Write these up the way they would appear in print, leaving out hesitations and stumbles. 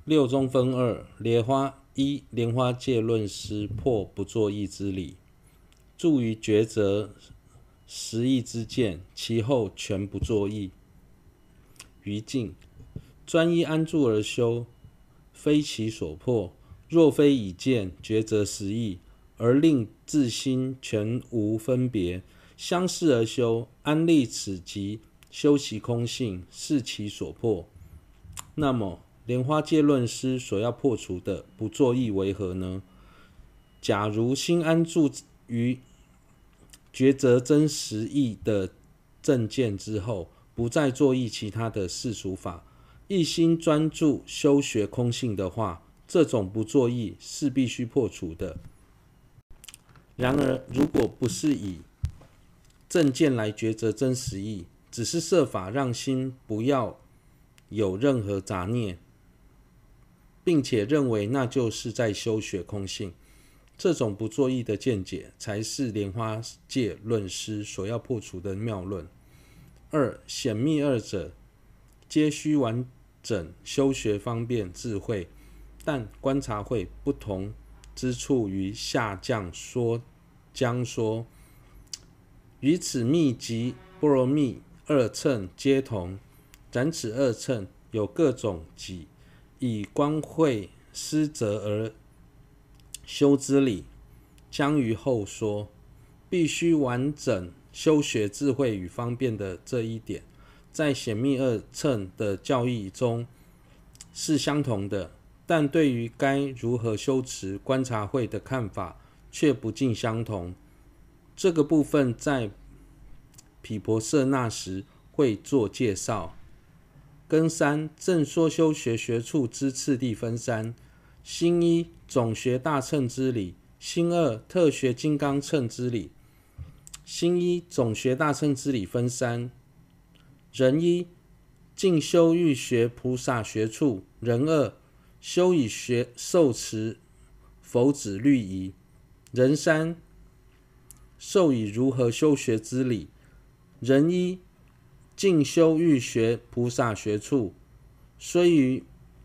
六中分二，莲花戒论师破不作意之理，著于抉择实义之见，其后全不作意。于境，专一安住而修，非其所迫。若非以见抉择实义，而令自心全无分别，相视而修，安立此即修其空性，是其所迫。那么莲花戒论师所要破除的不作意为何呢？假如心安住于抉择真实义的正见之后，不再作意其他的世俗法，一心专注修学空性的话，这种不作意是必须破除的。然而如果不是以正见来抉择真实义，只是设法让心不要有任何杂念，并且认为那就是在修学空性，这种不作意的见解才是莲花戒论师所要破除的妙论。二、显密二者皆需完整修学方便智慧，但观察会不同之处于下降将说，与此密及波罗蜜二乘皆同，然此二乘有各种己以观慧施则而修之理，将于后说。必须完整修学智慧与方便的这一点，在显密二乘的教义中是相同的，但对于该如何修持观察慧的看法却不尽相同。这个部分在毗婆舍那时会做介绍。根三，正说修学学处之次第分三：心一，总学大乘之理；心二，特学金刚乘之理。心一，总学大乘之理分三：人一，静修欲学菩萨学处；人二，修以受持否止律仪；人三，受以如何修学之理。人一，静修欲学菩萨学处，虽于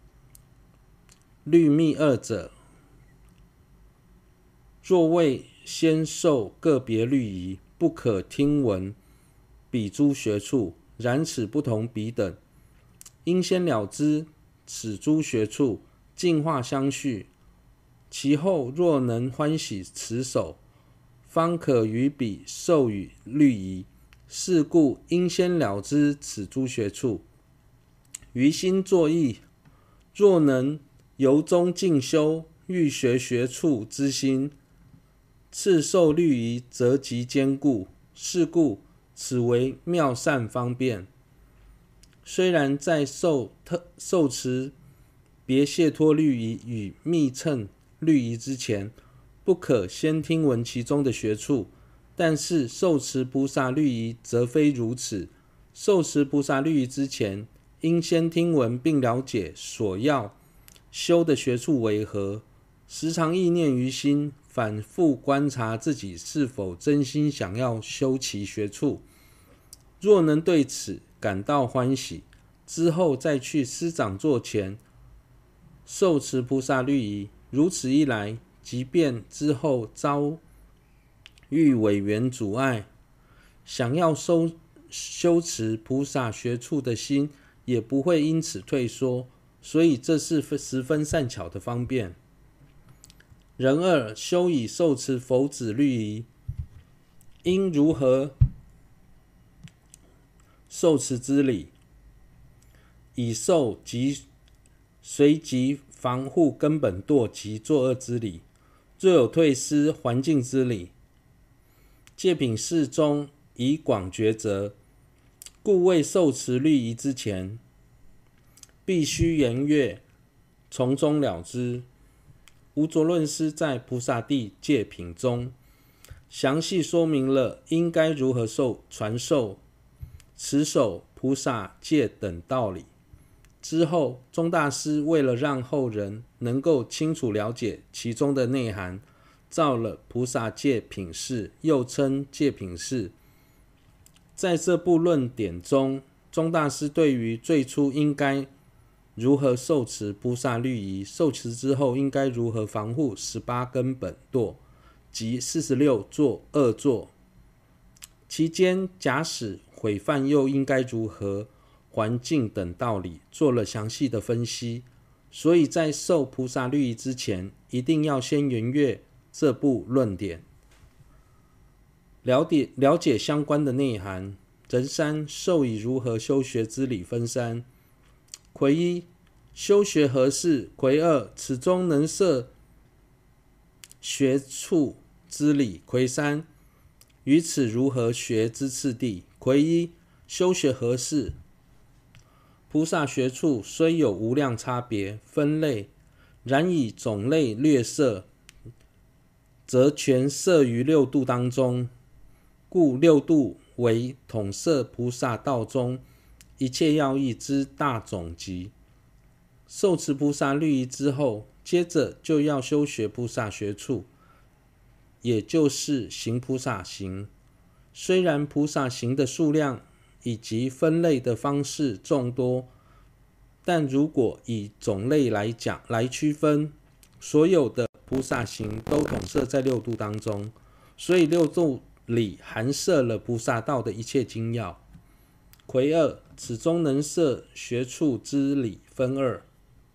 律密二者，若未先受个别律仪，不可听闻彼诸学处。然此不同彼等，应先了知此诸学处净化相续，其后若能欢喜持守，方可与彼授予律仪。是故应先了知此诸学处，于心作意，若能由衷静修欲学学处之心，次受律仪则极坚固。是故此为妙善方便。虽然在受持别解脱律仪与密乘律仪之前，不可先听闻其中的学处，但是受持菩萨律仪则非如此。受持菩萨律仪之前，应先听闻并了解所要修的学处为何，时常意念于心，反复观察自己是否真心想要修其学处。若能对此感到欢喜，之后再去师长座前受持菩萨律仪。如此一来，即便之后遭遇违缘阻碍，想要修持菩萨学处的心也不会因此退缩，所以这是十分善巧的方便。人二，修以受持否止律仪，应如何受持之理？以受及随即防护根本堕及作恶之理，若有退失环境之理，戒品事中以广抉择，故未受持律仪之前，必须研阅，从中了知。无着论师在菩萨地戒品中详细说明了应该如何传授持守菩萨戒等道理。之后，宗大师为了让后人能够清楚了解其中的内涵，造了菩萨戒品释，又称戒品释。在这部论点中，宗大师对于最初应该如何受持菩萨律仪，受持之后应该如何防护18根本堕及46做恶作，期间假使毁犯又应该如何还境等道理，做了详细的分析。所以在受菩萨律仪之前，一定要先研阅这部论点，了解相关的内涵。人三，授以如何修学之理分三：魁一，修学何事；魁二，此中能摄学处之理；魁三，于此如何学之次第。魁一，修学何事？菩萨学处虽有无量差别分类，然以种类略摄，则全摄于六度当中，故六度为统摄菩萨道中一切要义之大总集。受持菩萨律仪之后，接着就要修学菩萨学处，也就是行菩萨行。虽然菩萨行的数量以及分类的方式众多，但如果以种类来区分，所有的菩萨行都统摄在六度当中，所以六度里含摄了菩萨道的一切精要。魁二，此中能摄学处之理分二：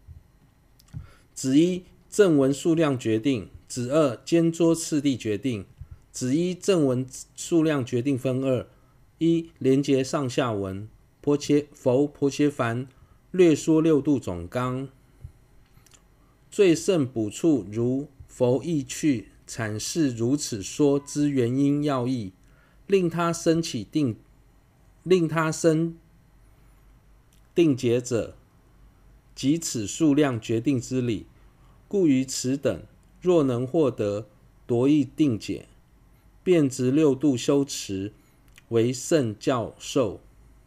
子一，正文数量决定；子二，兼桌次第决定。子一正文数量决定分二：一、连结上下文，婆伽梵略说六度总纲，最胜补处如佛意趣阐释如此说之原因要义，令他生定解者，即此数量决定之理。故于此等，若能获得夺义定解，便执六度修持为圣教授。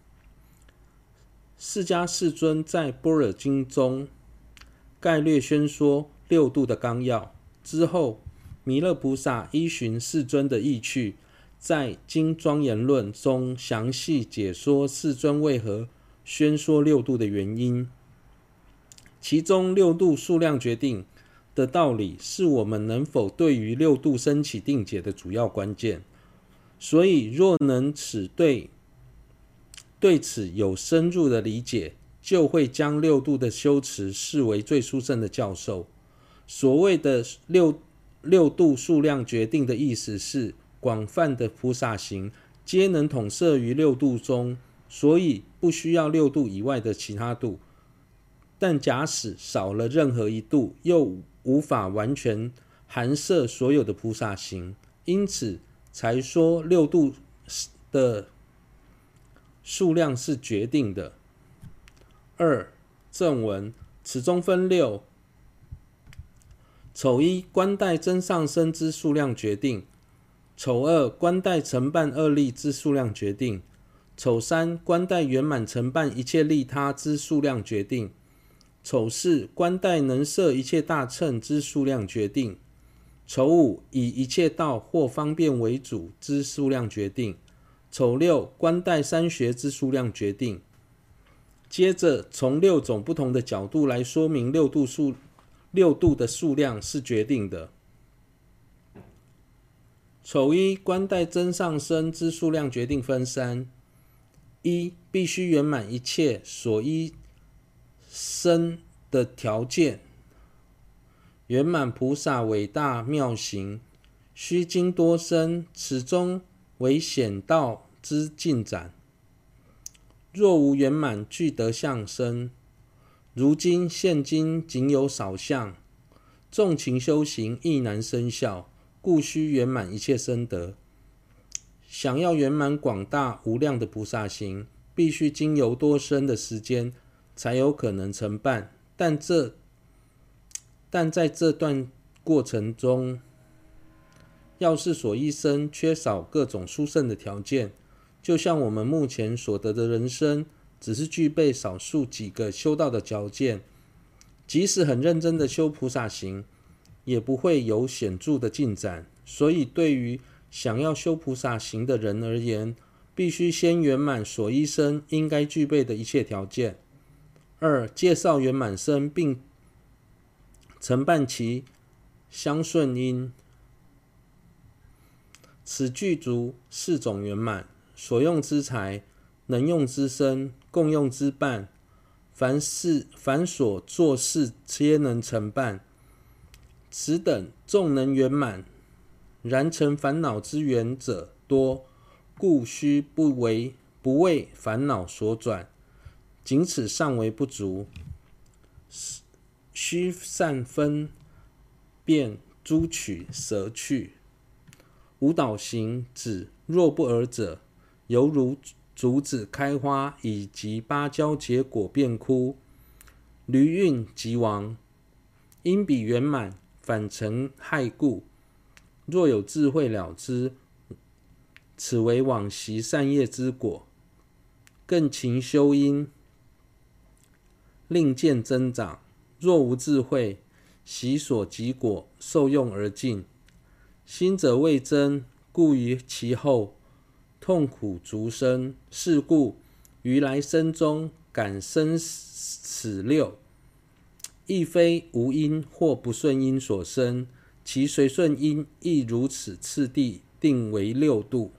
释迦世尊在般若经中概略宣说六度的纲要之后，弥勒菩萨依循世尊的意趣，在经庄严论中详细解说世尊为何宣说六度的原因。其中六度数量决定的道理，是我们能否对于六度升起定解的主要关键。所以若能对此有深入的理解，就会将六度的修持视为最殊胜的教授。所谓的六度数量决定的意思是，广泛的菩萨行皆能统摄于六度中，所以不需要六度以外的其他度。但假使少了任何一度，又无法完全含摄所有的菩萨行，因此才说六度的数量是决定的。二、正文，此中分六：丑一，观待真上身之数量决定；丑二，观待承办二利之数量决定；丑三，观待圆满承办一切利他之数量决定；丑四，观待能摄一切大乘之数量决定；丑五，以一切道或方便为主之数量决定；丑六，观待三学之数量决定。接着从六种不同的角度来说明六度的数量是决定的。丑一，观待真上身之数量决定分三：一、必须圆满一切所依身的条件，圆满菩萨伟大妙行，须经多生，此中为显道之进展。若无圆满具德相身，如今现今仅有少相，纵情修行亦难生效，故须圆满一切身德。想要圆满广大无量的菩萨行，必须经由多生的时间才有可能成办，但在这段过程中，要是所依身缺少各种殊胜的条件，就像我们目前所得的人生，只是具备少数几个修道的条件，即使很认真的修菩萨行，也不会有显著的进展。所以对于想要修菩萨行的人而言，必须先圆满所依身应该具备的一切条件。 2. 介绍圆满身，并承办其相顺因。此具足4种圆满：所用之财、能用之身、共用之伴，凡所做事皆能承办。此等众能圆满，然成烦恼之源者多，故须不为烦恼所转。仅此尚为不足，须善分辨诸取舍去。无导行指若不尔者，犹如竹子开花，以及芭蕉结果便枯，驴运即亡。因彼圆满，反成害故。若有智慧了之，此为往昔善业之果，更勤修因，令见增长。若无智慧，习所及果，受用而尽。心者未增，故于其后痛苦逐生。是故于来生中感生此六，亦非无因或不顺因所生，其随顺因亦如此次第定为6度。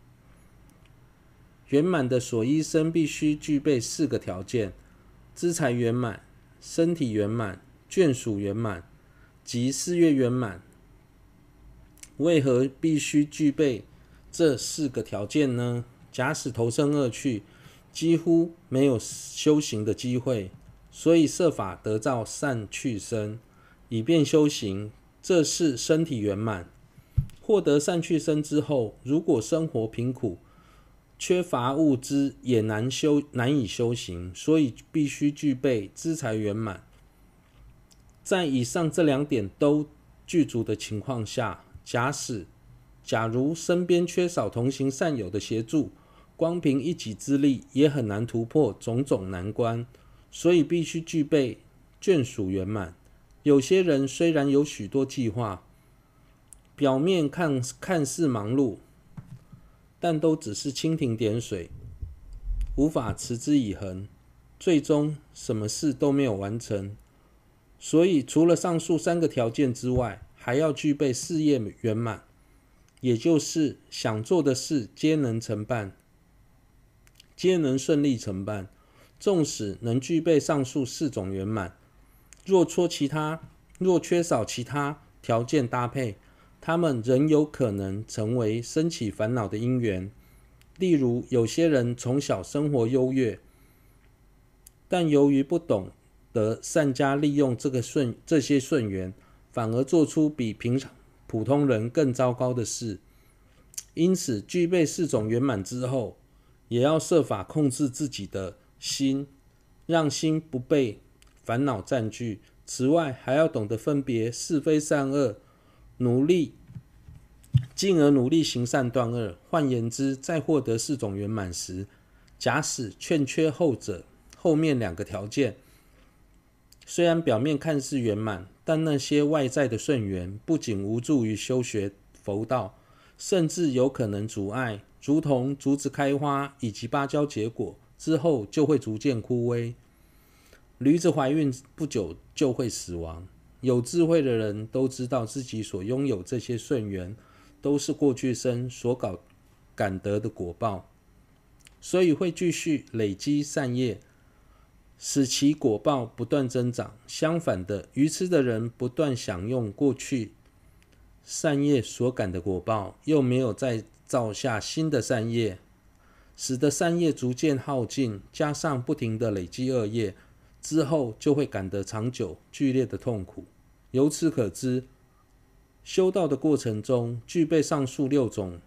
圆满的所依身必须具备4个条件：资财圆满、身体圆满、眷属圆满及事业圆满。为何必须具备这4个条件呢？假使投生恶趣，几乎没有修行的机会，所以设法得到善趣身，以便修行。这是身体圆满。获得善趣身之后，如果生活贫苦，缺乏物资，也难以修行，所以必须具备资财圆满。在以上这2点都具足的情况下，假如身边缺少同行善友的协助，光凭一己之力也很难突破种种难关，所以必须具备眷属圆满。有些人虽然有许多计划，表面看似忙碌，但都只是蜻蜓点水，无法持之以恒，最终什么事都没有完成。所以除了上述3个条件之外，还要具备事业圆满，也就是想做的事皆能承办，皆能顺利承办。纵使能具备上述4种圆满，若缺少其他条件搭配，他们仍有可能成为生起烦恼的因缘。例如，有些人从小生活优越，但由于不懂得善加利用这些顺缘，反而做出比普通人更糟糕的事。因此，具备4种圆满之后，也要设法控制自己的心，让心不被烦恼占据。此外，还要懂得分别是非善恶，进而努力行善断恶。换言之，在获得4种圆满时，假使欠缺后面2个条件，虽然表面看似圆满，但那些外在的顺缘不仅无助于修学佛道，甚至有可能阻碍，如同竹子开花以及芭蕉结果之后就会逐渐枯萎，驴子怀孕不久就会死亡。有智慧的人都知道自己所拥有这些顺缘都是过去生所感得的果报，所以会继续累积善业，使其果报不断增长。相反的，愚痴的人不断享用过去善业所感的果报，又没有再造下新的善业，使得善业逐渐耗尽，加上不停的累积恶业，之后就会感得长久剧烈的痛苦。由此可知，修道的过程中具备上述6种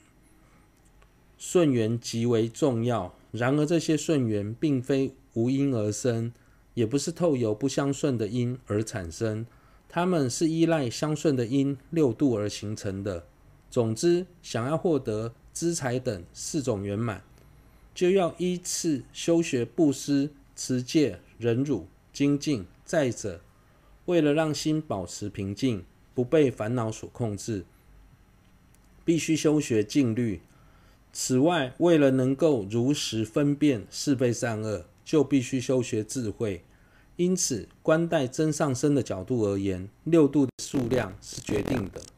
顺缘极为重要。然而这些顺缘并非无因而生，也不是透由不相顺的因而产生，它们是依赖相顺的因6度而形成的。总之，想要获得资财等4种圆满，就要依次修学布施、持戒、忍辱、精进。再者，为了让心保持平静，不被烦恼所控制，必须修学静虑。此外，为了能够如实分辨是非善恶， 就必须修学智慧。因此，观待真上身的角度而言，六度的数量是决定的。